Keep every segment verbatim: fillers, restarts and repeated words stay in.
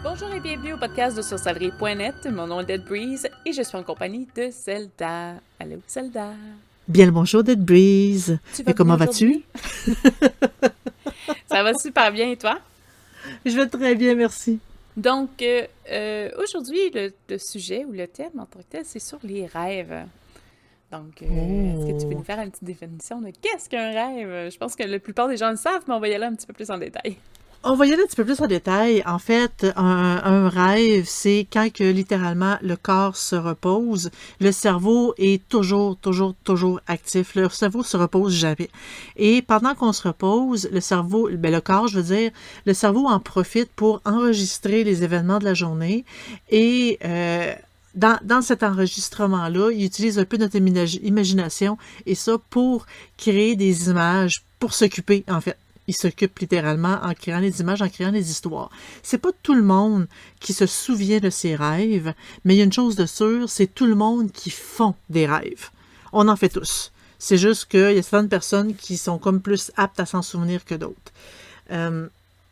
Bonjour et bienvenue au podcast de sorcellerie point net. Mon nom est Dead Breeze et je suis en compagnie de Zelda. Allô, Zelda. Bien le bonjour, Dead Breeze. Tu vas Et comment bien vas-tu? Ça va super bien et toi? Je vais très bien, merci. Donc, euh, euh, aujourd'hui, le, le sujet ou le thème en tant que tel, c'est sur les rêves. Donc, euh, Oh. est-ce que tu peux nous faire une petite définition de qu'est-ce qu'un rêve? Je pense que la plupart des gens le savent, mais on va y aller un petit peu plus en détail. On va y aller un petit peu plus en détail. En fait, un, un rêve, c'est quand que littéralement le corps se repose. Le cerveau est toujours, toujours, toujours actif. Le cerveau se repose jamais. Et pendant qu'on se repose, le cerveau, ben le corps, je veux dire, le cerveau en profite pour enregistrer les événements de la journée et euh, Dans, dans cet enregistrement-là, il utilise un peu notre imagination et ça pour créer des images, pour s'occuper, en fait. Il s'occupe littéralement en créant les images, en créant les histoires. C'est pas tout le monde qui se souvient de ses rêves, mais il y a une chose de sûre, c'est tout le monde qui font des rêves. On en fait tous. C'est juste qu'il y a certaines personnes qui sont comme plus aptes à s'en souvenir que d'autres. Euh,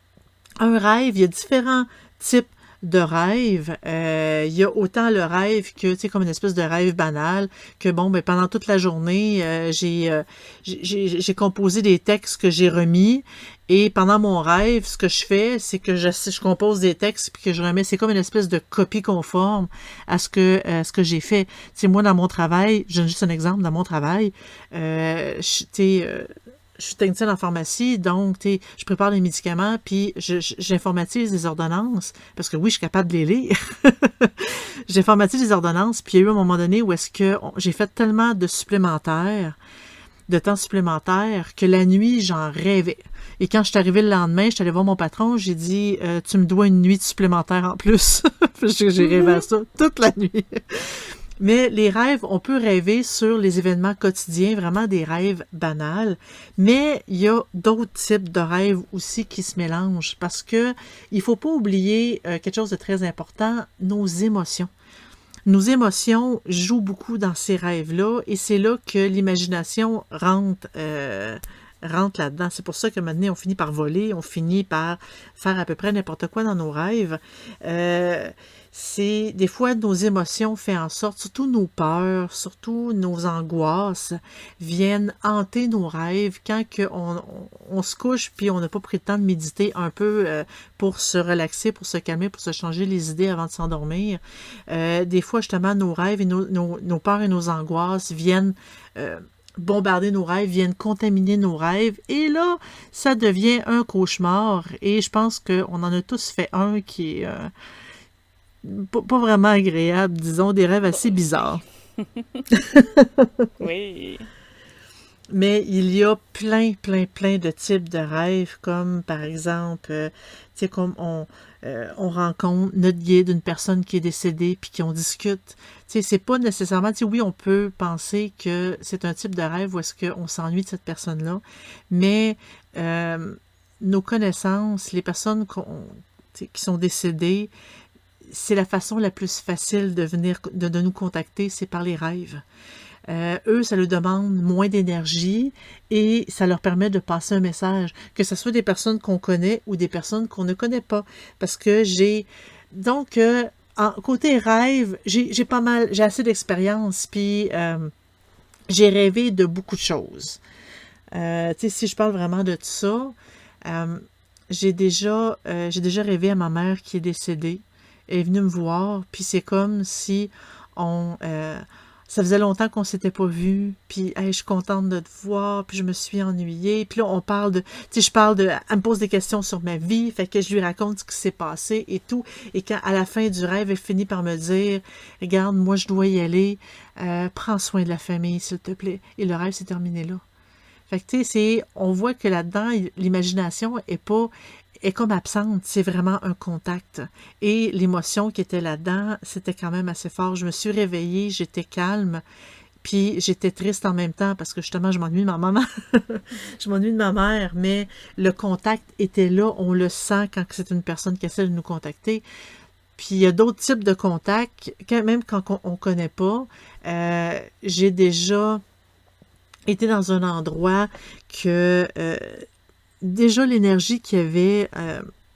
un rêve, il y a différents types de rêve. Euh, il y a autant le rêve que, tu sais, comme une espèce de rêve banal, que bon, ben pendant toute la journée, euh, j'ai, euh, j'ai, j'ai composé des textes que j'ai remis, et pendant mon rêve, ce que je fais, c'est que je, je compose des textes, puis que je remets, c'est comme une espèce de copie conforme à ce que, à ce que j'ai fait. Tu sais, moi, dans mon travail, je donne juste un exemple, dans mon travail, euh, tu sais, euh, je suis technicienne en pharmacie, donc je prépare les médicaments, puis j'informatise les ordonnances, parce que oui, je suis capable de les lire. J'informatise les ordonnances, puis il y a eu un moment donné où est-ce que j'ai fait tellement de supplémentaires, de temps supplémentaire, que la nuit, j'en rêvais. Et quand je suis arrivée le lendemain, je suis allée voir mon patron, j'ai dit euh, « Tu me dois une nuit supplémentaire en plus. » J'ai rêvé à ça toute la nuit. Mais les rêves, on peut rêver sur les événements quotidiens, vraiment des rêves banals, mais il y a d'autres types de rêves aussi qui se mélangent parce que il faut pas oublier euh, quelque chose de très important, nos émotions. Nos émotions jouent beaucoup dans ces rêves-là et c'est là que l'imagination rentre, euh, rentre là-dedans. C'est pour ça que maintenant on finit par voler, on finit par faire à peu près n'importe quoi dans nos rêves. Euh, c'est des fois nos émotions font en sorte, surtout nos peurs, surtout nos angoisses, viennent hanter nos rêves quand que on, on, on se couche puis on n'a pas pris le temps de méditer un peu euh, pour se relaxer, pour se calmer, pour se changer les idées avant de s'endormir. Euh, des fois, justement, nos rêves et nos, nos, nos peurs et nos angoisses viennent euh, bombarder nos rêves, viennent contaminer nos rêves. Et là, ça devient un cauchemar. Et je pense qu'on en a tous fait un qui est euh, pas, pas vraiment agréable, disons, des rêves assez bizarres. Oui. Mais il y a plein, plein, plein de types de rêves, comme par exemple, euh, tu sais, comme on, euh, on rencontre notre guide, une personne qui est décédée, puis qu'on discute. Tu sais, c'est pas nécessairement, tu sais, oui, on peut penser que c'est un type de rêve où est-ce qu'on s'ennuie de cette personne-là, mais euh, nos connaissances, les personnes qu'on, tu sais, qui sont décédées, c'est la façon la plus facile de venir, de, de nous contacter, c'est par les rêves. Euh, eux, ça leur demande moins d'énergie et ça leur permet de passer un message, que ce soit des personnes qu'on connaît ou des personnes qu'on ne connaît pas. Parce que j'ai... Donc, euh, en, côté rêve, j'ai, j'ai pas mal... J'ai assez d'expérience, puis euh, j'ai rêvé de beaucoup de choses. Euh, tu sais, si je parle vraiment de tout ça, euh, j'ai déjà, euh, j'ai déjà rêvé à ma mère qui est décédée. Elle est venue me voir, puis c'est comme si on... Euh, ça faisait longtemps qu'on s'était pas vus, puis hey, je suis contente de te voir, puis je me suis ennuyée, puis là on parle de, tu sais, je parle de, elle me pose des questions sur ma vie, fait que je lui raconte ce qui s'est passé et tout, et quand à la fin du rêve, elle finit par me dire, regarde, moi je dois y aller, euh, prends soin de la famille s'il te plaît, et le rêve s'est terminé là. Fait que tu sais, c'est, on voit que là-dedans, l'imagination est pas, est comme absente, c'est vraiment un contact. Et l'émotion qui était là-dedans, c'était quand même assez fort. Je me suis réveillée, j'étais calme, puis j'étais triste en même temps parce que justement, je m'ennuie de ma maman. Je m'ennuie de ma mère, mais le contact était là, on le sent quand c'est une personne qui essaie de nous contacter. Puis il y a d'autres types de contacts, quand, même quand on ne connaît pas. Euh, j'ai déjà été dans un endroit que... Euh, déjà l'énergie qu'il y avait, euh,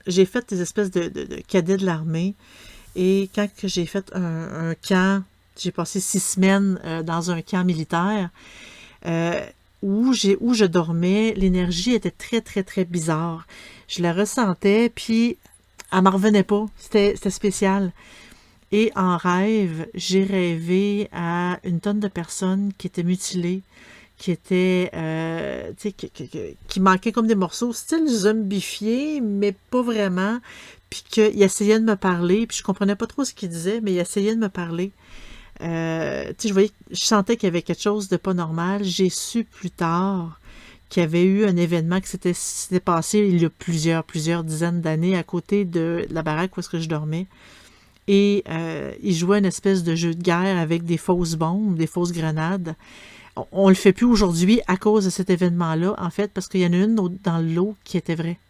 j'ai fait des espèces de, de, de cadets de l'armée. Et quand que j'ai fait un, un camp, j'ai passé six semaines euh, dans un camp militaire euh, où, j'ai, où je dormais, l'énergie était très, très, très bizarre. Je la ressentais, puis elle m'en revenait pas. C'était, c'était spécial. Et en rêve, j'ai rêvé à une tonne de personnes qui étaient mutilées, qui étaient, euh, tu sais, qui, qui, qui manquaient comme des morceaux, style zombifiés, mais pas vraiment. Puis qu'il essayait de me parler, puis je comprenais pas trop ce qu'il disait, mais il essayait de me parler. Euh, tu sais, je voyais, je sentais qu'il y avait quelque chose de pas normal. J'ai su plus tard qu'il y avait eu un événement qui s'était, s'était passé il y a plusieurs, plusieurs dizaines d'années à côté de la baraque où est-ce que je dormais. Et euh, il jouait une espèce de jeu de guerre avec des fausses bombes, des fausses grenades. On, on le fait plus aujourd'hui à cause de cet événement-là, en fait, parce qu'il y en a une dans l'eau qui était vraie.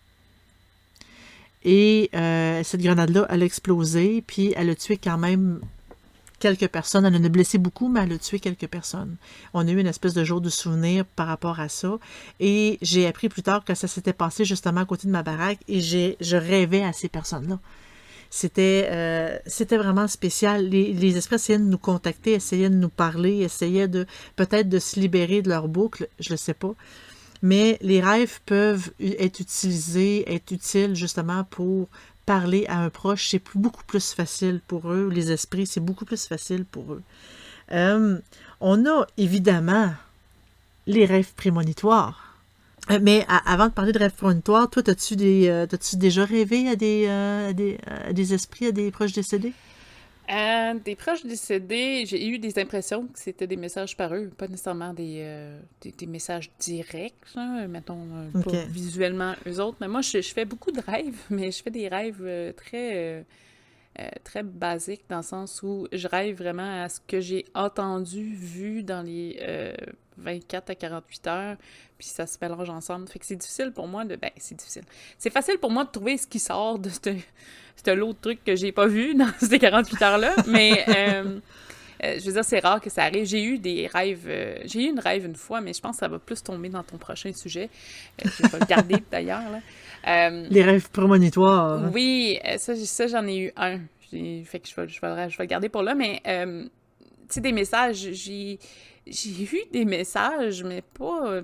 Et euh, cette grenade-là, elle a explosé, puis elle a tué quand même quelques personnes. Elle en a blessé beaucoup, mais elle a tué quelques personnes. On a eu une espèce de jour de souvenir par rapport à ça. Et j'ai appris plus tard que ça s'était passé justement à côté de ma baraque, et j'ai, je rêvais à ces personnes-là. C'était, euh, c'était vraiment spécial. Les, les esprits essayaient de nous contacter, essayaient de nous parler, essayaient de peut-être de se libérer de leur boucle, je ne sais pas. Mais les rêves peuvent être utilisés, être utiles justement pour parler à un proche. C'est beaucoup plus facile pour eux. Les esprits, c'est beaucoup plus facile pour eux. Euh, on a évidemment les rêves prémonitoires. Euh, mais à, avant de parler de rêves prémonitoires, toi, as-tu des, euh, t'as-tu déjà rêvé à des, euh, à des, à des esprits, à des proches décédés? Euh, des proches décédés, j'ai eu des impressions que c'était des messages par eux, pas nécessairement des, euh, des, des messages directs, hein, mettons, euh, pas Okay. visuellement eux autres. Mais moi, je, je fais beaucoup de rêves, mais je fais des rêves euh, très, euh, euh, très basiques dans le sens où je rêve vraiment à ce que j'ai entendu, vu dans les euh, vingt-quatre à quarante-huit heures, puis ça se mélange ensemble. Fait que c'est difficile pour moi de... Ben, c'est difficile. C'est facile pour moi de trouver ce qui sort de ce... C'est l'autre truc que j'ai pas vu dans ces quarante-huit heures-là, mais euh, euh, je veux dire, c'est rare que ça arrive. J'ai eu des rêves, euh, j'ai eu une rêve une fois, mais je pense que ça va plus tomber dans ton prochain sujet. Euh, je vais le garder d'ailleurs, là. Euh, Les rêves prémonitoires. oui, euh, ça, ça j'en ai eu un. J'ai, fait que je vais, je, vais, je vais le garder pour là, mais euh, tu sais, des messages, j'ai, j'ai eu des messages, mais pas... Euh,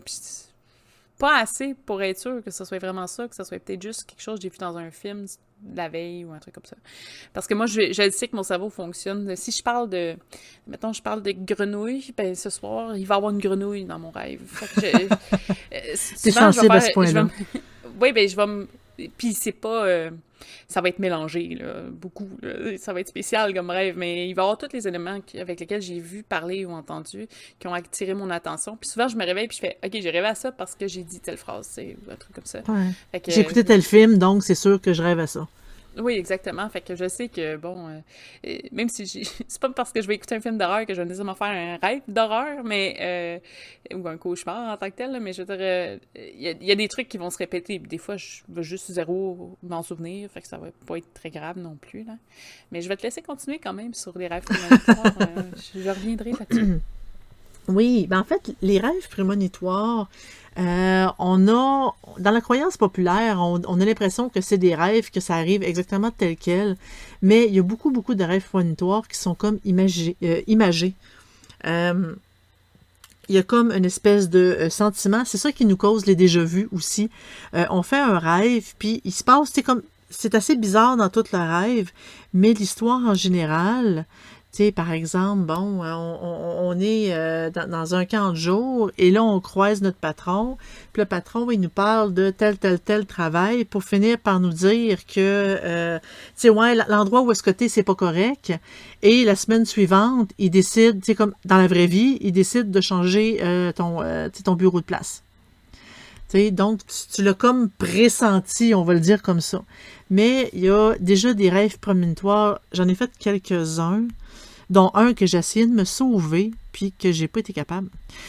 pas assez pour être sûr que ce soit vraiment ça, que ce soit peut-être juste quelque chose que j'ai vu dans un film la veille ou un truc comme ça. Parce que moi, je, je sais que mon cerveau fonctionne. Si je parle de... Mettons, je parle de grenouilles, ben ce soir, il va y avoir une grenouille dans mon rêve. Fait que je... euh, T'es souvent, je vais sensible à faire- ce point-là. je vais me- Oui, ben je vais me... Puis c'est pas... euh, Ça va être mélangé, là, beaucoup. Là. Ça va être spécial comme rêve, mais il va y avoir tous les éléments qui- avec lesquels j'ai vu, parlé ou entendu qui ont attiré mon attention. Puis souvent, je me réveille puis je fais « Ok, j'ai rêvé à ça parce que j'ai dit telle phrase, c'est ou un truc comme ça. Ouais. » Fait que, J'ai écouté tel film, donc c'est sûr que je rêve à ça. oui, exactement. Fait que je sais que, bon, euh, euh, même si j'ai... c'est pas parce que je vais écouter un film d'horreur que je vais nécessairement faire un rêve d'horreur, mais... Euh, ou un cauchemar en tant que tel, là, mais je veux dire, euh, il y, a- il y a des trucs qui vont se répéter. Puis des fois, je veux juste zéro m'en souvenir, fait que ça va pas être très grave non plus, là. Mais je vais te laisser continuer quand même sur les rêves prémonitoires. euh, je, je reviendrai là-dessus. Oui, ben en fait, les rêves prémonitoires, euh, on a, dans la croyance populaire, on, on a l'impression que c'est des rêves, que ça arrive exactement tel quel, mais il y a beaucoup, beaucoup de rêves prémonitoires qui sont comme imagés. Euh, imagés. Euh, il y a comme une espèce de euh, sentiment, c'est ça qui nous cause les déjà-vus aussi. Euh, on fait un rêve, puis il se passe, c'est comme, c'est assez bizarre dans tout le rêve, mais l'histoire en général... Tu sais, par exemple, bon, on, on, on est euh, dans, dans un camp de jour et là, on croise notre patron. Puis le patron, il nous parle de tel, tel, tel travail pour finir par nous dire que, euh, tu sais, ouais, l'endroit où est-ce que t'es, c'est pas correct. Et la semaine suivante, il décide, tu sais, comme dans la vraie vie, il décide de changer euh, ton, euh, tu sais, ton bureau de place. Tu sais, donc, tu, tu l'as comme pressenti, on va le dire comme ça. Mais il y a déjà des rêves prémonitoires. J'en ai fait quelques-uns, dont un que j'ai essayé de me sauver, puis que j'ai pas été capable.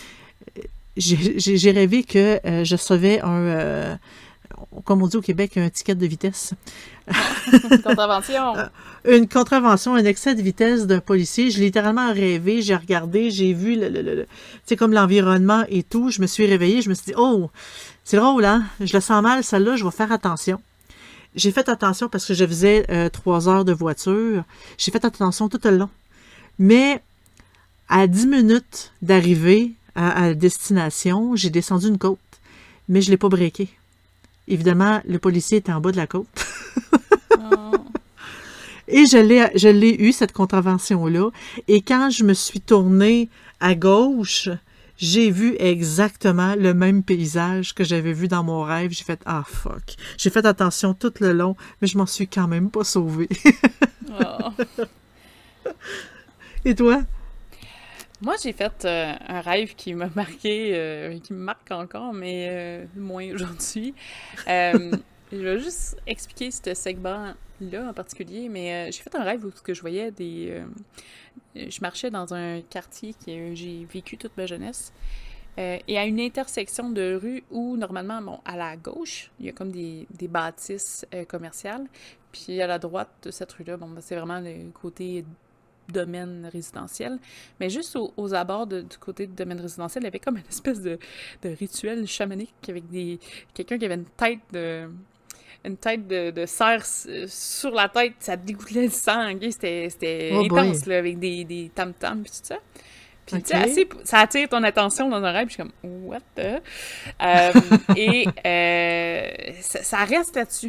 J'ai, j'ai, j'ai rêvé que euh, je sauvais un, euh, comme on dit au Québec, un ticket de vitesse. Contravention. Une contravention, un excès de vitesse d'un policier. J'ai littéralement rêvé, j'ai regardé, j'ai vu le, le, le, le tu sais, comme l'environnement et tout. Je me suis réveillée, je me suis dit, oh, c'est drôle, hein? Je le sens mal, celle-là, je vais faire attention. j'ai fait attention parce que je faisais euh, trois heures de voiture. J'ai fait attention tout le long. Mais à dix minutes d'arriver à, à la destination, j'ai descendu une côte. Mais je ne l'ai pas breaké. Évidemment, le policier était en bas de la côte. Oh. Et je l'ai, je l'ai eu, cette contravention-là. Et quand je me suis tournée à gauche, j'ai vu exactement le même paysage que j'avais vu dans mon rêve. J'ai fait « Ah, fuck! » J'ai fait attention tout le long, mais je m'en suis quand même pas sauvée. Oh. Et toi? Moi, j'ai fait euh, un rêve qui m'a marqué, euh, qui me marque encore, mais euh, moins aujourd'hui. Euh, je vais juste expliquer ce segment-là en particulier, mais euh, j'ai fait un rêve où ce que je voyais des... Euh, je marchais dans un quartier que j'ai vécu toute ma jeunesse, euh, et à une intersection de rue où, normalement, bon, à la gauche, il y a comme des, des bâtisses euh, commerciales, puis à la droite de cette rue-là, bon, ben, c'est vraiment le côté domaine résidentiel, mais juste au- aux abords de- du côté du domaine résidentiel, il y avait comme une espèce de, de rituel chamanique avec des quelqu'un qui avait une tête de une tête de, de cerf s- sur la tête, ça dégoûtait le sang, ok? C'était c'était Oh boy! intense, là, avec des, des tam-tams et tout ça. Puis, tu sais, OK. assez, ça attire ton attention dans un rêve, puis je suis comme, what the? Euh, et euh, ça, ça reste là-dessus.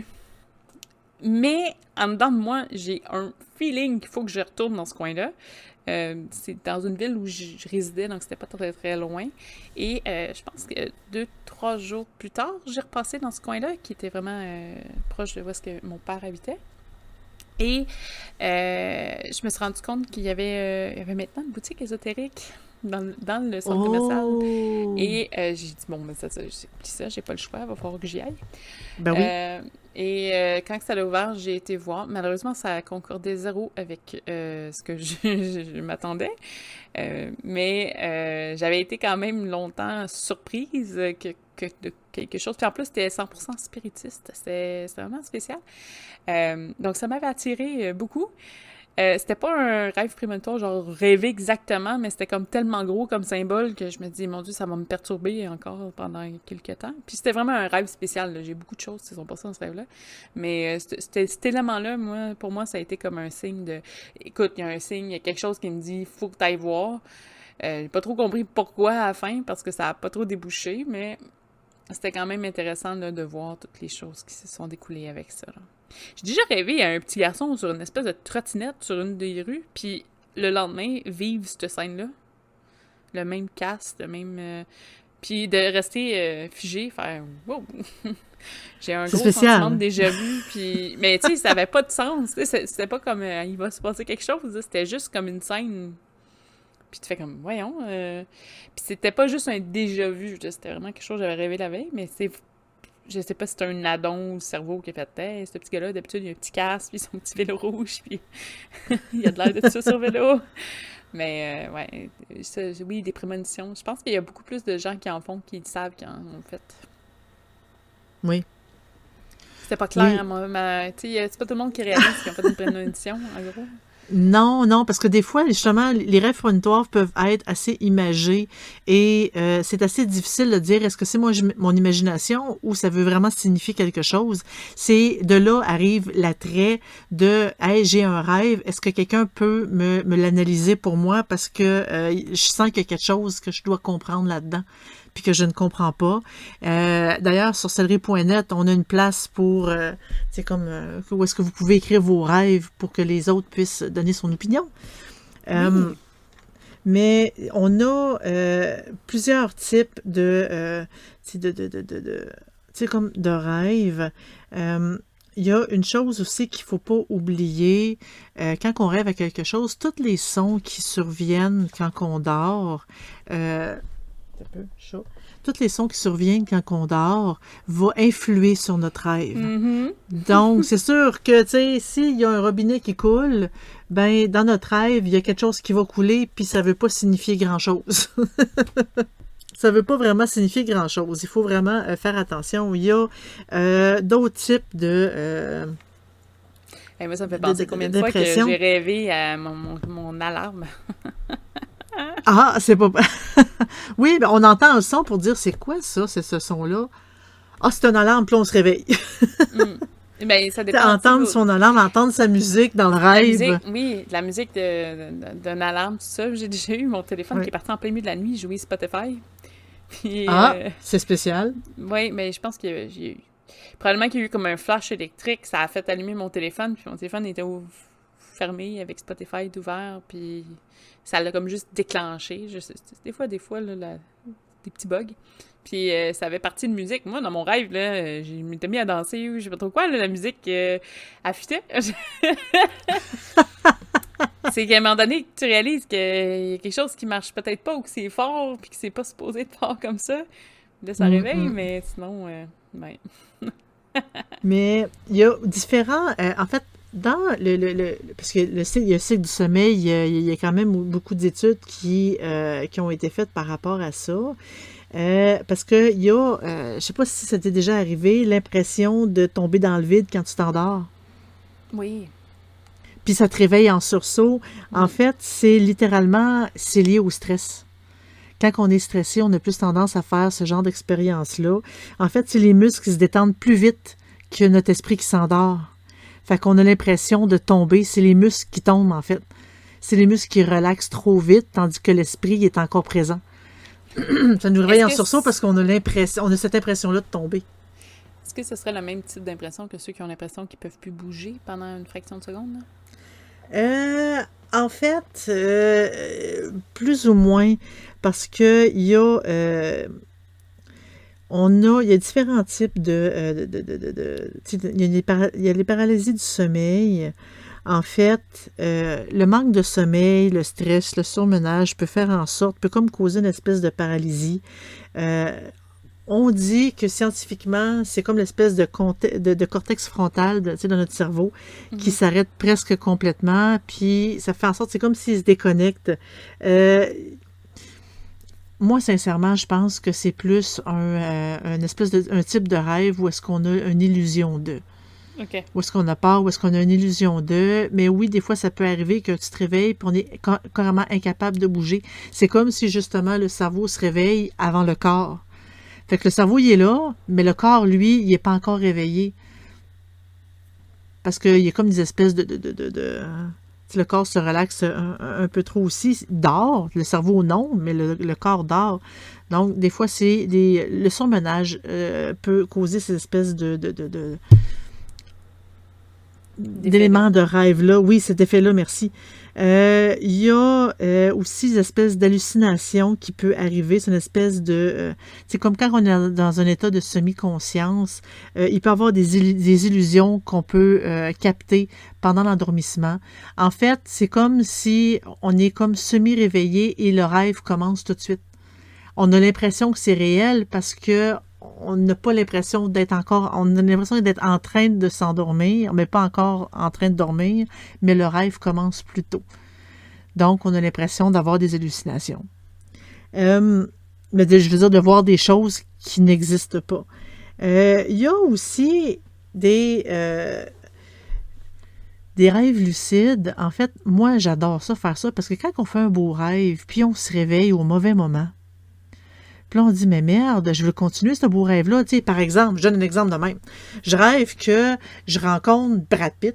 Mais en dedans de moi, j'ai un feeling qu'il faut que je retourne dans ce coin-là. Euh, c'est dans une ville où je, je résidais, donc c'était pas très très loin. Et euh, je pense que deux, trois jours plus tard, j'ai repassé dans ce coin-là, qui était vraiment euh, proche de où est-ce que mon père habitait. Et euh, je me suis rendu compte qu'il y avait, euh, il y avait maintenant une boutique ésotérique dans, le- dans le centre commercial. Oh! Et euh, j'ai dit, bon, ben ça, ça, j'ai oublie ça, j'ai pas le choix, il va falloir que j'y aille. Ben oui. Euh, et euh, quand ça a ouvert, j'ai été voir. Malheureusement, ça concordait zéro avec euh, ce que je, je- je m'attendais. Euh, mais euh, j'avais été quand même longtemps surprise que, que de quelque chose. Puis en plus, c'était cent pour cent spiritiste. C'était c'était vraiment spécial. Euh, donc, ça m'avait attiré euh, beaucoup. Euh, c'était pas un rêve prémonitoire, genre rêver exactement, mais c'était comme tellement gros comme symbole que je me dis, mon Dieu, ça va me perturber encore pendant quelques temps. Puis c'était vraiment un rêve spécial, là. J'ai beaucoup de choses qui sont passées dans ce rêve-là. Mais euh, c'était- c'était- cet élément-là, moi, pour moi, ça a été comme un signe de, écoute, il y a un signe, il y a quelque chose qui me dit, faut que tu ailles voir. Euh, j'ai pas trop compris pourquoi à la fin, parce que ça a pas trop débouché, mais c'était quand même intéressant là, de voir toutes les choses qui se sont découlées avec ça, là. J'ai déjà rêvé à un petit garçon sur une espèce de trottinette sur une des rues, puis le lendemain, vivre cette scène-là. Le même cast, le même... euh, puis de rester euh, figé, faire « Wow! » J'ai un C'est gros sentiment de spécial. déjà vu, puis... Mais tu sais, ça avait pas de sens, tu sais, c'est- c'était pas comme euh, il va se passer quelque chose, là, c'était juste comme une scène. Puis tu fais comme « Voyons! euh, » Puis c'était pas juste un déjà vu, je veux dire, c'était vraiment quelque chose que j'avais rêvé la veille, mais c'est je sais pas si c'est un addon ou le cerveau qui a fait hey, ce petit gars-là, d'habitude, il a un petit casque, puis son petit vélo rouge, puis il a de l'air de tout ça sur vélo. Mais, euh, ouais, ça, oui, des prémonitions. Je pense qu'il y a beaucoup plus de gens qui en font qui savent qu'ils en ont fait. Oui. C'était pas clair, Oui. hein, moi, ma- tu sais, c'est pas tout le monde qui réalise qu'ils ont fait une prémonition, en gros. Non, non, parce que des fois, justement, les rêves prémonitoires peuvent être assez imagés et euh, c'est assez difficile de dire est-ce que c'est mon, mon imagination ou ça veut vraiment signifier quelque chose. C'est de là arrive l'attrait de hey, j'ai un rêve, est-ce que quelqu'un peut me, me l'analyser pour moi parce que euh, je sens qu'il y a quelque chose que je dois comprendre là-dedans puis que je ne comprends pas. Euh, d'ailleurs, sur céleri point net, on a une place pour, euh, c'est comme, euh, où est-ce que vous pouvez écrire vos rêves pour que les autres puissent donner son opinion. Euh, mais on a euh, plusieurs types de, euh, tu sais, de, de, de, de, de, tu sais, comme de rêves. Euh, il y a une chose aussi qu'il ne faut pas oublier, euh, quand on rêve à quelque chose, tous les sons qui surviennent quand on dort, euh, un peu chaud. Tous les sons qui surviennent quand on dort vont influer sur notre rêve. Mm-hmm. Donc, c'est sûr que, tu sais, s'il y a un robinet qui coule, ben, dans notre rêve, il y a quelque chose qui va couler, puis ça veut pas signifier grand-chose. Ça veut pas vraiment signifier grand-chose. Il faut vraiment euh, faire attention. Il y a euh, d'autres types de... euh, Et moi, ça me fait de- penser de- combien de fois que d'impression. j'ai rêvé à mon, mon, mon alarme. Ah, c'est pas... Oui, ben, on entend un son pour dire, c'est quoi ça, c'est ce son-là? Ah, c'est un alarme, puis là, on se réveille. Mm. Ben, ça T'sais, dépend, tu sais, entendre vous- son alarme, entendre sa musique dans le la rêve. musique, oui, de la musique de, de- d'une alarme, tout ça. J'ai déjà eu mon téléphone qui Oui. est parti en plein milieu de la nuit, jouer Spotify. Puis, Ah, euh, c'est spécial. oui, mais je pense que j'ai eu. Probablement qu'il y a eu comme un flash électrique, ça a fait allumer mon téléphone, puis mon téléphone était au- fermé avec Spotify ouvert, puis ça l'a comme juste déclenché. Je sais, des fois, des fois, là, la- des petits bugs. Puis euh, ça avait partie de musique. Moi, dans mon rêve, là, euh, je m'étais mis à danser ou je sais pas trop quoi, là, la musique euh, affûtait. C'est qu'à un moment donné, tu réalises qu'il y a quelque chose qui marche peut-être pas ou que c'est fort, puis que c'est pas supposé être fort comme ça. Là, ça Mm, réveille, mm. mais sinon, euh, ben, Mais il y a différents... euh, en fait, dans le... le, le- parce que le, cycle- il y a le cycle du sommeil, il y a, il y a quand même beaucoup d'études qui, euh, qui ont été faites par rapport à ça. Euh, parce que il y a, euh, je sais pas si ça t'est déjà arrivé, l'impression de tomber dans le vide quand tu t'endors. oui. Puis ça te réveille en sursaut. En Mm. fait, c'est littéralement, c'est lié au stress. Quand on est stressé, on a plus tendance à faire ce genre d'expérience-là. En fait, c'est les muscles qui se détendent plus vite que notre esprit qui s'endort. Fait qu'on a l'impression de tomber. C'est les muscles qui tombent, en fait. C'est les muscles qui relaxent trop vite, tandis que l'esprit est encore présent. Ça nous réveille Est-ce en que, sursaut c- parce qu'on a l'impression, on a cette impression-là de tomber. est-ce que ce serait le même type d'impression que ceux qui ont l'impression qu'ils peuvent plus bouger pendant une fraction de seconde, là? Euh, en fait, euh, plus ou moins, parce que il y a, euh, on a, il y a différents types de, euh, de, de, de, de- de- tu sais, il y a les para- il y a les paralysies du sommeil. En fait, euh, le manque de sommeil, le stress, le surmenage peut faire en sorte, peut comme causer une espèce de paralysie. Euh, on dit que scientifiquement, c'est comme l'espèce de, conte- de, de cortex frontal de, tu sais, de notre cerveau qui Mhm. s'arrête presque complètement, puis ça fait en sorte, c'est comme s'il se déconnecte. Euh, moi, sincèrement, je pense que c'est plus un, euh, un espèce de, un type de rêve où est-ce qu'on a une illusion de. OK. Où est-ce qu'on a peur, où est-ce qu'on a une illusion de. Mais oui, des fois, ça peut arriver que tu te réveilles et on est ca- carrément incapable de bouger. C'est comme si, justement, le cerveau se réveille avant le corps. Fait que le cerveau, il est là, mais le corps, lui, il n'est pas encore réveillé. Parce qu'il y a comme des espèces de... de, de, de, de- tu sais, le corps se relaxe un, un- un peu trop aussi. Il dort, le cerveau non, mais le, le corps dort. Donc, des fois, c'est des... Le surmenage euh, peut causer ces espèces de... de, de, de D'effet là. d'éléments de rêve-là. Oui, cet effet-là, merci. Euh, Il y a euh, aussi des espèces d'hallucinations qui peut arriver. C'est une espèce de... euh, c'est comme quand on est dans un état de semi-conscience. Euh, il peut y avoir des, illu- des illusions qu'on peut euh, capter pendant l'endormissement. En fait, c'est comme si on est comme semi-réveillé et le rêve commence tout de suite. On a l'impression que c'est réel parce que on n'a pas l'impression d'être encore, on a l'impression d'être en train de s'endormir, mais pas encore en train de dormir, mais le rêve commence plus tôt. Donc, on a l'impression d'avoir des hallucinations. Euh, mais de- je veux dire, de voir des choses qui n'existent pas. Euh, Il y a aussi des, euh, des rêves lucides. En fait, moi, j'adore ça, faire ça, parce que quand on fait un beau rêve, puis on se réveille au mauvais moment, puis là, on dit, mais merde, je veux continuer ce beau rêve-là. Tu sais, par exemple, je donne un exemple de même. Je rêve que je rencontre Brad Pitt,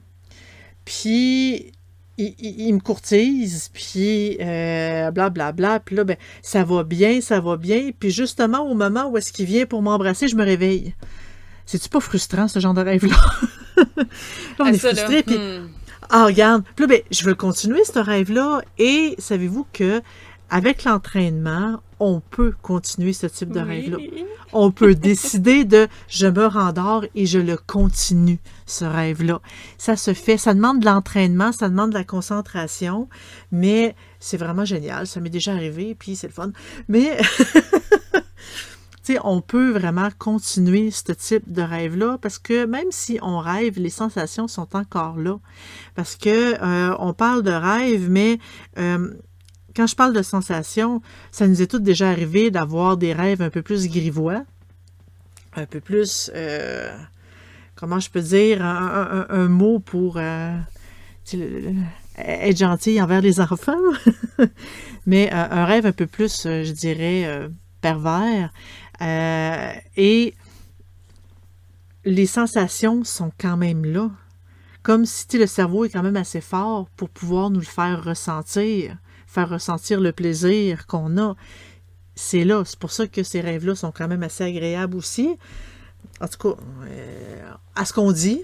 puis il, il- il me courtise, puis euh, blablabla, puis là, ben, ça va bien, ça va bien, puis justement, au moment où est-ce qu'il vient pour m'embrasser, je me réveille. C'est-tu pas frustrant, ce genre de rêve-là? Là, on Ah, est ça, là. frustré, puis hmm. ah, regarde. Puis là, ben, je veux continuer ce rêve-là. Et savez-vous que avec l'entraînement, on peut continuer ce type de rêve-là. Oui. On peut décider de je me rendors et je le continue, ce rêve-là. Ça se fait, ça demande de l'entraînement, ça demande de la concentration, mais c'est vraiment génial. Ça m'est déjà arrivé, puis c'est le fun. Mais tu sais, on peut vraiment continuer ce type de rêve-là parce que même si on rêve, les sensations sont encore là. Parce que euh, on parle de rêve, mais euh, quand je parle de sensations, ça nous est tout déjà arrivé d'avoir des rêves un peu plus grivois, un peu plus, euh, comment je peux dire, un, un- un mot pour euh, tu sais, le- le- être gentil envers les enfants, mais euh, un rêve un peu plus, euh, je dirais, euh, pervers. Euh, et les sensations sont quand même là. Comme si tu sais, le cerveau est quand même assez fort pour pouvoir nous le faire ressentir, faire ressentir le plaisir qu'on a. C'est là, c'est pour ça que ces rêves-là sont quand même assez agréables aussi. En tout cas, euh, à ce qu'on dit.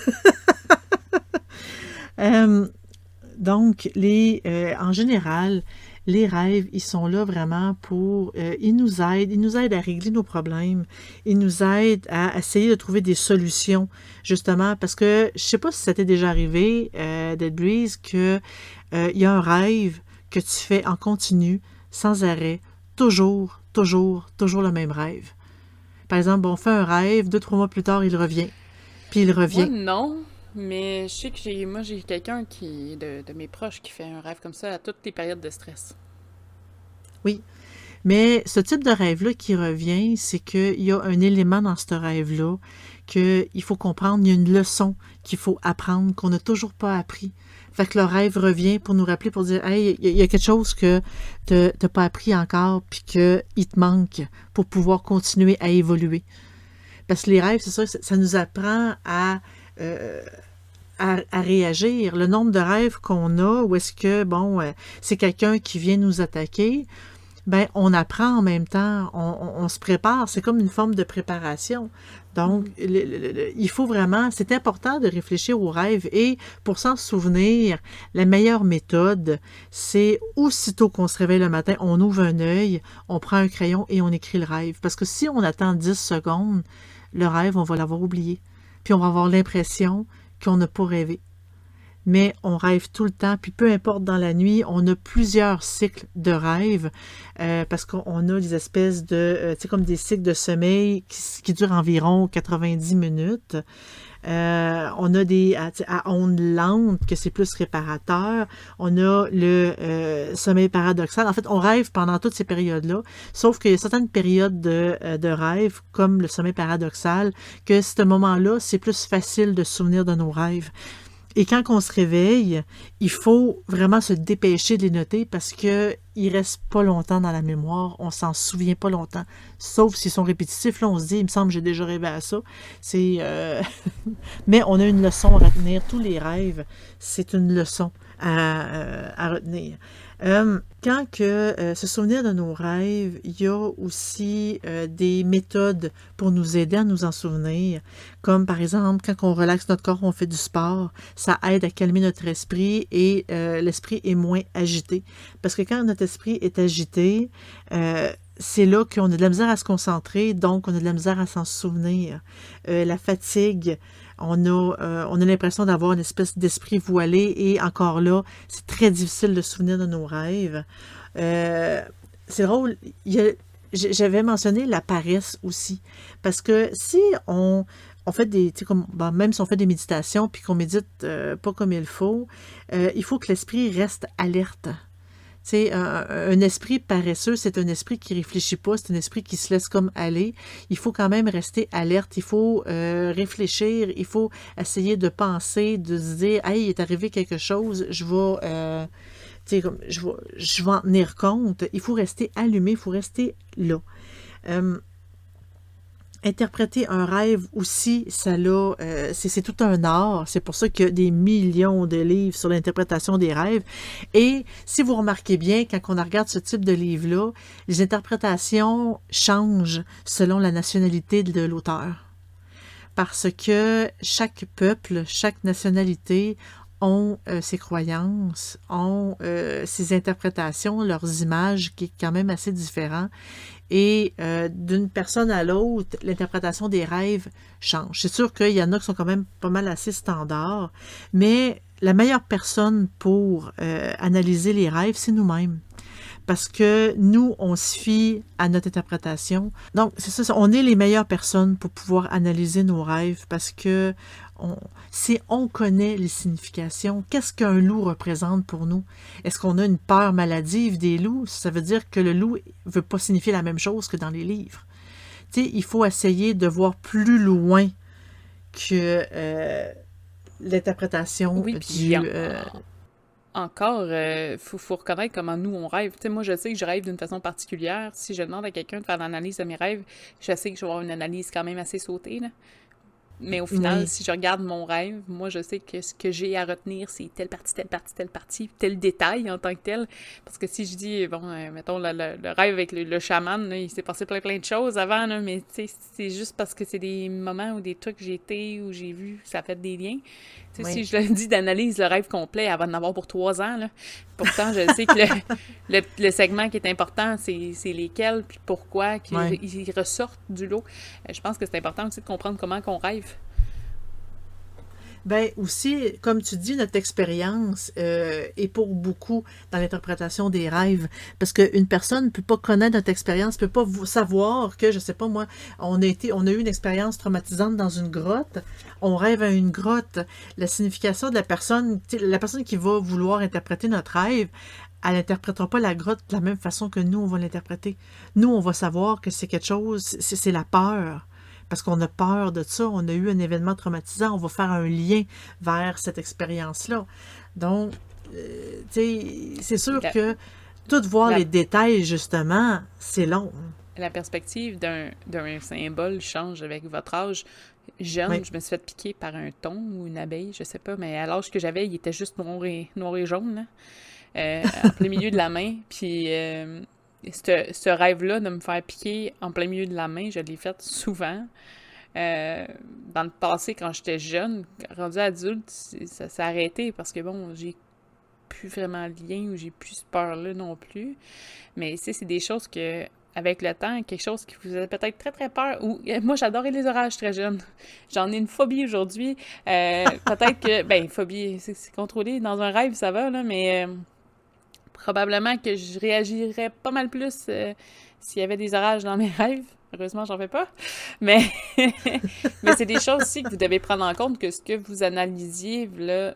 euh, donc, les, euh, en général, les rêves, ils sont là vraiment pour... Euh, ils nous aident, ils nous aident à régler nos problèmes. Ils nous aident à essayer de trouver des solutions, justement, parce que je sais pas si ça t'est déjà arrivé, euh, Dead Breeze, que euh, il y a un rêve que tu fais en continu, sans arrêt, toujours, toujours, toujours le même rêve. Par exemple, on fait un rêve, deux, trois mois plus tard, il revient. Puis il Moi, revient. non, mais je sais que j'ai, moi, j'ai quelqu'un qui, de, de mes proches qui fait un rêve comme ça à toutes les périodes de stress. Oui. Mais ce type de rêve-là qui revient, c'est qu'il y a un élément dans ce rêve-là qu'il faut comprendre, il y a une leçon qu'il faut apprendre, qu'on n'a toujours pas appris. Fait que le rêve revient pour nous rappeler, pour dire, hey, il y a quelque chose que tu n'as pas appris encore, puis qu'il te manque pour pouvoir continuer à évoluer. Parce que les rêves, c'est ça, ça nous apprend à... Euh, À, à réagir. Le nombre de rêves qu'on a, où est-ce que, bon, euh, c'est quelqu'un qui vient nous attaquer, ben, on apprend en même temps, on, on, on se prépare, c'est comme une forme de préparation. Donc, Mhm. le, le, le, il faut vraiment, c'est important de réfléchir aux rêves et pour s'en souvenir, la meilleure méthode, c'est aussitôt qu'on se réveille le matin, on ouvre un œil, on prend un crayon et on écrit le rêve. Parce que si on attend dix secondes, le rêve, on va l'avoir oublié. Puis on va avoir l'impression qu'on n'a pas rêvé. Mais on rêve tout le temps, puis peu importe dans la nuit, on a plusieurs cycles de rêve, euh, parce qu'on a des espèces de, euh, tu sais, comme des cycles de sommeil qui, qui durent environ quatre-vingt-dix minutes. Euh, on a des à, à ondes lentes, que c'est plus réparateur. On a le euh, sommeil paradoxal. En fait, on rêve pendant toutes ces périodes-là, sauf qu'il y a certaines périodes de, euh, de rêve, comme le sommeil paradoxal, que ce moment-là, c'est plus facile de se souvenir de nos rêves. Et quand on se réveille, il faut vraiment se dépêcher de les noter parce qu'ils ne restent pas longtemps dans la mémoire. On s'en souvient pas longtemps. Sauf s'ils sont répétitifs. Là, on se dit, il me semble que j'ai déjà rêvé à ça. C'est, euh... Mais on a une leçon à retenir. Tous les rêves, c'est une leçon à, euh, à retenir. Euh, quand que euh, se souvenir de nos rêves, il y a aussi euh, des méthodes pour nous aider à nous en souvenir, comme par exemple quand on relaxe notre corps, on fait du sport, ça aide à calmer notre esprit et euh, l'esprit est moins agité. Parce que quand notre esprit est agité, euh, c'est là qu'on a de la misère à se concentrer, donc on a de la misère à s'en souvenir. Euh, la fatigue, on a, euh, on a l'impression d'avoir une espèce d'esprit voilé et encore là, c'est très difficile de se souvenir de nos rêves. Euh, c'est drôle, il y a, j'avais mentionné la paresse aussi, parce que si on, on fait des, tu sais, comme, ben, même si on fait des méditations puis qu'on médite euh, pas comme il faut, euh, il faut que l'esprit reste alerte. Tu sais, un, un esprit paresseux, c'est un esprit qui réfléchit pas, c'est un esprit qui se laisse comme aller. Il faut quand même rester alerte, il faut euh, réfléchir, il faut essayer de penser, de se dire, hey, il est arrivé quelque chose, je vais, euh, tu sais, comme, je vais, je vais en tenir compte. Il faut rester allumé, il faut rester là. Euh, Interpréter un rêve aussi, ça l'a, euh, c'est, c'est tout un art. C'est pour ça qu'il y a des millions de livres sur l'interprétation des rêves. Et si vous remarquez bien, quand on regarde ce type de livre-là, les interprétations changent selon la nationalité de l'auteur. Parce que chaque peuple, chaque nationalité ont euh, ses croyances, ont euh, ses interprétations, leurs images, qui est quand même assez différent. Et euh, d'une personne à l'autre, l'interprétation des rêves change. C'est sûr qu'il y en a qui sont quand même pas mal assez standards, mais la meilleure personne pour euh, analyser les rêves, c'est nous-mêmes. Parce que nous, on se fie à notre interprétation. Donc, c'est ça, on est les meilleures personnes pour pouvoir analyser nos rêves parce que on, si on connaît les significations, qu'est-ce qu'un loup représente pour nous? Est-ce qu'on a une peur maladive des loups? Ça veut dire que le loup ne veut pas signifier la même chose que dans les livres. Tu sais, il faut essayer de voir plus loin que euh, l'interprétation Oui, du... puis en- Euh, encore, il faut, faut reconnaître comment nous, on rêve. Tu sais, moi, je sais que je rêve d'une façon particulière. Si je demande à quelqu'un de faire l'analyse de mes rêves, je sais que je vais avoir une analyse quand même assez sautée, là. Mais au final, Oui, si je regarde mon rêve, moi, je sais que ce que j'ai à retenir, c'est telle partie, telle partie, telle partie, tel détail en tant que tel. Parce que si je dis, bon, euh, mettons, le, le- le rêve avec le, le chaman, là, il s'est passé plein, plein de choses avant, là, mais tu sais, c'est juste parce que c'est des moments ou des trucs que j'ai été ou j'ai vu, ça fait des liens. Tu sais, si oui, je le dis d'analyse le rêve complet, elle va en avoir pour trois ans, là. Pourtant, je sais que le, le, le segment qui est important, c'est c'est lesquels, puis pourquoi, qu'ils oui. ils ressortent du lot. Euh, Je pense que c'est important aussi de comprendre comment qu'on rêve. Ben aussi, comme tu dis, notre expérience euh, est pour beaucoup dans l'interprétation des rêves. Parce qu'une personne ne peut pas connaître notre expérience, ne peut pas vous- savoir que, je sais pas moi, on a été, on a eu une expérience traumatisante dans une grotte, on rêve à une grotte. La signification de la personne, tu sais, la personne qui va vouloir interpréter notre rêve, elle n'interprétera pas la grotte de la même façon que nous, on va l'interpréter. Nous, on va savoir que c'est quelque chose, c'est c'est la peur. Parce qu'on a peur de ça, on a eu un événement traumatisant, on va faire un lien vers cette expérience-là. Donc, euh, tu sais, c'est sûr La, que tout voir la, les détails, justement, c'est long. la perspective d'un d'un symbole change avec votre âge. Jeune, Oui, je me suis fait piquer par un thon ou une abeille, je sais pas, mais à l'âge que j'avais, il était juste noir et, noir et jaune, là, euh, en plein milieu de la main. Puis, euh, ce, ce rêve-là de me faire piquer en plein milieu de la main, je l'ai fait souvent. Euh, dans le passé, quand j'étais jeune, rendu adulte, ça s'est arrêté parce que bon, j'ai plus vraiment le lien ou j'ai plus cette peur-là non plus. Mais tu sais, c'est des choses que, avec le temps, quelque chose qui vous faisait peut-être très très peur. Ou moi, j'adorais les orages très jeune. J'en ai une phobie aujourd'hui. Euh, peut-être que, ben, phobie, c'est c'est contrôlé dans un rêve, ça va, là, mais euh, probablement que je réagirais pas mal plus euh, s'il y avait des orages dans mes rêves. Heureusement, j'en fais pas. Mais, mais c'est des choses aussi que vous devez prendre en compte que ce que vous analysiez, là,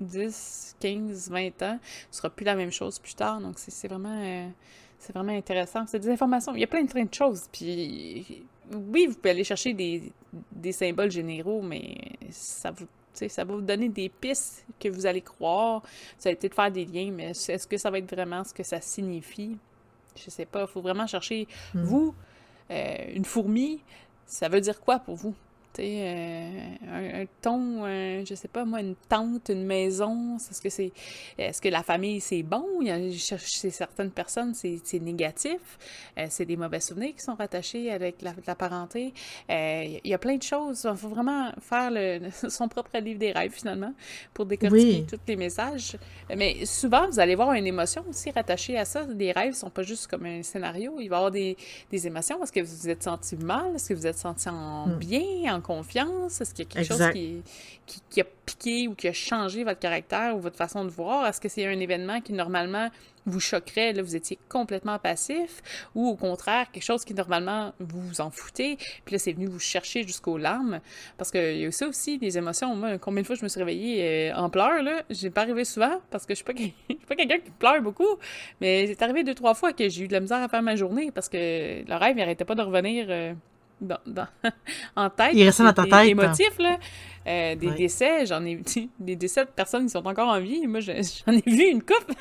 dix, quinze, vingt ans, ne sera plus la même chose plus tard. Donc, c'est c'est vraiment, euh, c'est vraiment intéressant. C'est des informations. Il y a plein de, plein de choses. Puis, oui, vous pouvez aller chercher des, des symboles généraux, mais ça vous, tu sais, ça va vous donner des pistes que vous allez croire. Vous allez peut-être faire des liens, mais est-ce que ça va être vraiment ce que ça signifie? Je sais pas. Il faut vraiment chercher, hmm, vous, euh, une fourmi, ça veut dire quoi pour vous? Tu sais, euh, un, un thon, un- je sais pas moi, une tente, une maison, est-ce que c'est, est-ce que la famille c'est bon? Il y a, chez chez certaines personnes c'est c'est négatif, euh, c'est des mauvais souvenirs qui sont rattachés avec la, la parenté. Euh, il y a plein de choses. Il faut vraiment faire le, son propre livre des rêves finalement pour décortiquer oui, tous les messages. Mais souvent vous allez voir une émotion aussi rattachée à ça. Les rêves sont pas juste comme un scénario. Il va y avoir des, des émotions. Est-ce que vous vous êtes senti mal? Est-ce que vous êtes senti en hmm, bien, en confiance? Est-ce qu'il y a quelque chose exact. qui, qui, qui a piqué ou qui a changé votre caractère ou votre façon de voir? Est-ce que c'est un événement qui, normalement, vous choquerait, là, vous étiez complètement passif, ou au contraire, quelque chose qui, normalement, vous vous en foutez, puis là, c'est venu vous chercher jusqu'aux larmes? Parce qu'il y a ça aussi, des émotions. Moi, combien de fois je me suis réveillée euh, en pleurs, là? J'ai pas arrivé souvent, parce que je suis pas, je suis pas quelqu'un qui pleure beaucoup, mais c'est arrivé deux, trois fois que j'ai eu de la misère à faire ma journée, parce que le rêve, il arrêtait pas de revenir... euh, dans, dans- en tête, Il puis restait dans ta c'était tête. émotif, là. Euh, des Oui. décès, j'en ai vu des décès de personnes qui sont encore en vie. Moi, je- j'en ai vu une couple.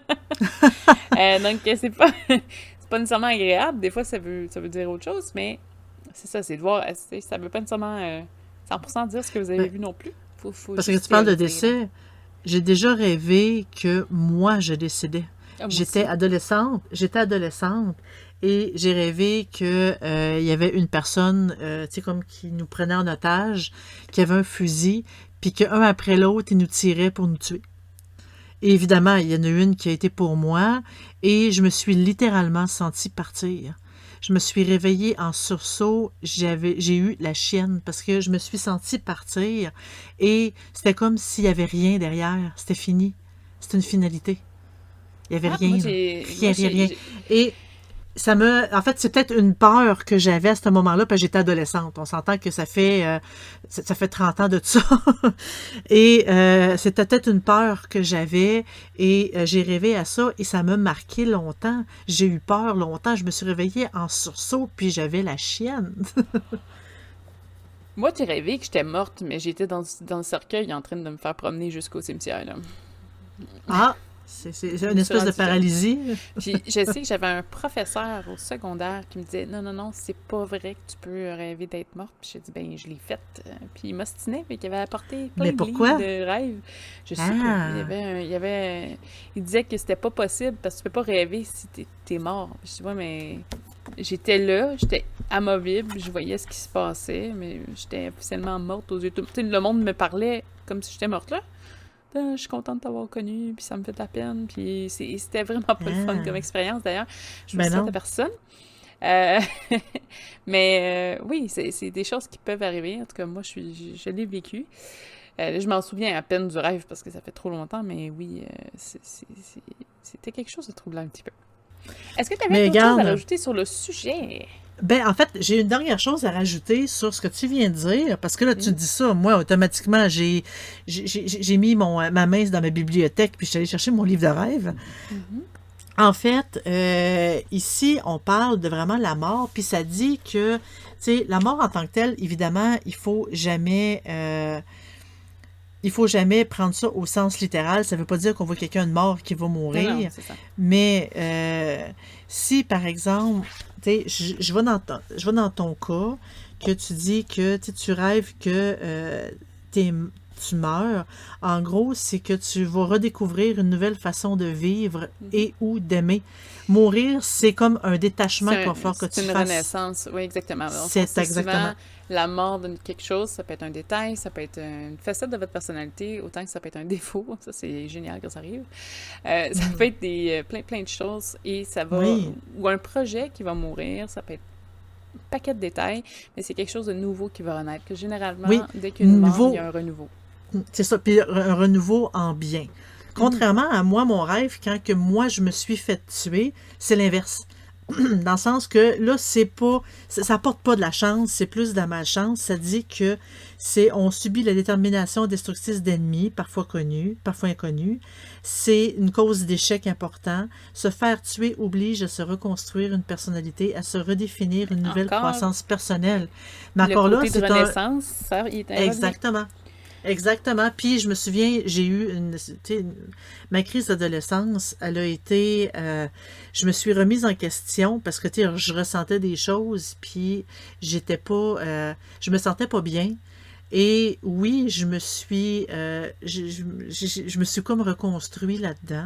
Euh, donc, c'est pas, c'est pas nécessairement agréable. Des fois, ça veut, ça veut dire autre chose, mais c'est ça, c'est de voir. c'est- Ça veut pas nécessairement euh, cent pour cent dire ce que vous avez Ben, vu non plus. Faut, faut parce que tu juste parles de théoriser, là. décès, j'ai déjà rêvé que moi, je décédais. Ah, moi J'étais aussi. adolescente, j'étais adolescente et j'ai rêvé que euh, il y avait une personne, euh, tu sais, comme qui nous prenait en otage, qui avait un fusil, puis qu'un après l'autre, il nous tirait pour nous tuer. Et évidemment, il y en a une qui a été pour moi et je me suis littéralement sentie partir. Je me suis réveillée en sursaut, j'avais, j'ai eu la chienne parce que je me suis sentie partir et c'était comme s'il y avait rien derrière, c'était fini, c'était une finalité. Il y avait Ah, moi, rien, là. j'ai. Moi, Rien, rien, j'ai. rien. j'ai- Et ça me, en fait, c'est peut-être une peur que j'avais à ce moment-là, parce que j'étais adolescente. On s'entend que ça fait, euh, ça, ça fait trente ans de ça. Et euh, c'était peut-être une peur que j'avais, et euh, j'ai rêvé à ça, et ça m'a marqué longtemps. J'ai eu peur longtemps. Je me suis réveillée en sursaut, puis j'avais la chienne. Moi, j'ai rêvé que j'étais morte, mais j'étais dans, dans le cercueil en train de me faire promener jusqu'au cimetière, là. Ah! C'est, c'est, c'est une espèce de paralysie. Puis je sais que j'avais un professeur au secondaire qui me disait « Non, non, non, c'est pas vrai que tu peux rêver d'être morte. » Puis j'ai dit « Ben, je l'ai faite. » Puis il m'ostinait, puis il avait apporté plein Mais de pourquoi? livres de rêves. Je sais Ah. pas. Il y avait, un, il y avait... Il disait que c'était pas possible parce que tu peux pas rêver si t'es, t'es mort. Puis je dis « Ouais, mais... » J'étais là, j'étais amovible, je voyais ce qui se passait, mais j'étais officiellement morte aux yeux. Tu sais, le monde me parlait comme si j'étais morte là. Je suis contente de t'avoir connu, puis ça me fait de la peine, puis c'est, c'était vraiment pas ah. le fun comme expérience, d'ailleurs. Je me souhaite à personne. Euh, mais euh, oui, c'est, c'est des choses qui peuvent arriver. En tout cas, moi, je, suis, je, je l'ai vécu. Euh, je m'en souviens à peine du rêve, parce que ça fait trop longtemps, mais oui, euh, c'est, c'est, c'est, c'était quelque chose de troublant un petit peu. Est-ce que tu avais quelque chose à rajouter sur le sujet? Ben, en fait, j'ai une dernière chose à rajouter sur ce que tu viens de dire, parce que là, tu mmh. dis ça, moi, automatiquement, j'ai, j'ai, j'ai, j'ai mis mon, ma main dans ma bibliothèque, puis je suis allée chercher mon livre de rêve. Mmh. En fait, euh, ici, on parle de vraiment la mort, puis ça dit que, tu sais, la mort en tant que telle, évidemment, il faut jamais... Euh, Il faut jamais prendre ça au sens littéral. Ça ne veut pas dire qu'on voit quelqu'un de mort qui va mourir. Non, non, c'est ça. Mais euh, si, par exemple, je, je, vais dans ton, je vais dans ton cas, que tu dis que tu rêves que euh, t'es, tu meurs, en gros, c'est que tu vas redécouvrir une nouvelle façon de vivre mm-hmm. et ou d'aimer. Mourir, c'est comme un détachement qu'il va falloir que tu fasses. C'est une renaissance, oui, exactement. On c'est exactement. La mort de quelque chose, ça peut être un détail, ça peut être une facette de votre personnalité, autant que ça peut être un défaut. Ça, c'est génial quand ça arrive. Euh, ça mm. peut être des, plein, plein de choses et ça va... Oui. Ou un projet qui va mourir, ça peut être un paquet de détails, mais c'est quelque chose de nouveau qui va renaître. Que généralement, oui. dès qu'une mort, nouveau, il y a un renouveau. C'est ça, puis un renouveau en bien. Contrairement mm. à moi, mon rêve, quand que moi, je me suis fait tuer, c'est l'inverse. Dans le sens que là, c'est pas, ça, ça apporte pas de la chance, c'est plus de la malchance. Ça dit que c'est, on subit la détermination destructrice d'ennemis, parfois connus, parfois inconnus. C'est une cause d'échec important. Se faire tuer oblige à se reconstruire une personnalité, à se redéfinir une nouvelle encore, croissance personnelle. Mais encore là, c'est un... renaissance, ça, il était exactement. Exactement. Puis je me souviens, j'ai eu une, une ma crise d'adolescence, elle a été, euh, je me suis remise en question parce que tu sais, je ressentais des choses, puis j'étais pas, euh, je me sentais pas bien. Et oui, je me suis, euh, je, je, je, je me suis comme reconstruit là-dedans.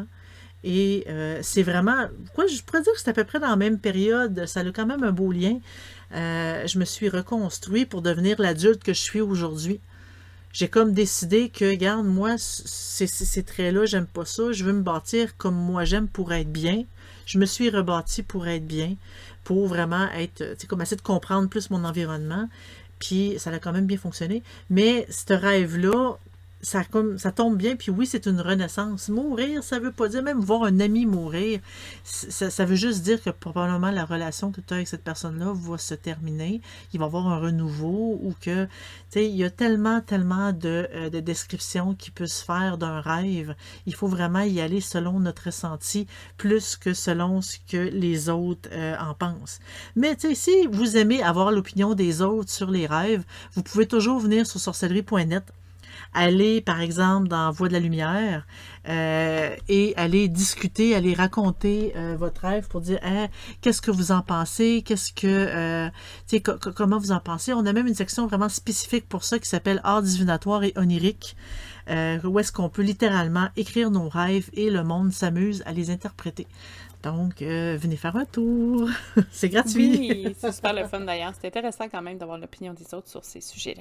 Et euh, c'est vraiment, quoi, je pourrais dire que c'est à peu près dans la même période, ça a quand même un beau lien. Euh, je me suis reconstruit pour devenir l'adulte que je suis aujourd'hui. J'ai comme décidé que, regarde, moi, ces, ces traits-là, j'aime pas ça. Je veux me bâtir comme moi j'aime pour être bien. Je me suis rebâtie pour être bien, pour vraiment être, tu sais, comme essayer de comprendre plus mon environnement. Puis ça a quand même bien fonctionné. Mais ce rêve-là, ça, comme, ça tombe bien. Puis oui, c'est une renaissance. Mourir, ça veut pas dire, même voir un ami mourir, ça, ça veut juste dire que probablement la relation que tu as avec cette personne-là va se terminer. Il va y avoir un renouveau ou que, tu sais, il y a tellement, tellement de, euh, de descriptions qui peuvent se faire d'un rêve. Il faut vraiment y aller selon notre ressenti plus que selon ce que les autres euh, en pensent. Mais, tu sais, si vous aimez avoir l'opinion des autres sur les rêves, vous pouvez toujours venir sur sorcellerie point net. Aller, par exemple, dans Voix de la lumière euh, et aller discuter, aller raconter euh, votre rêve pour dire hey, qu'est-ce que vous en pensez, qu'est-ce que, euh, tu sais, co- comment vous en pensez. On a même une section vraiment spécifique pour ça qui s'appelle Art divinatoire et onirique, euh, où est-ce qu'on peut littéralement écrire nos rêves et le monde s'amuse à les interpréter. Donc, euh, venez faire un tour. C'est gratuit. Oui, c'est super le fun d'ailleurs. C'est intéressant quand même d'avoir l'opinion des autres sur ces sujets-là.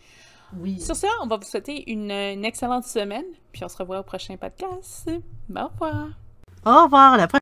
Oui. Sur ce, on va vous souhaiter une, une excellente semaine, puis on se revoit au prochain podcast. Au revoir! Au revoir! À la prochaine!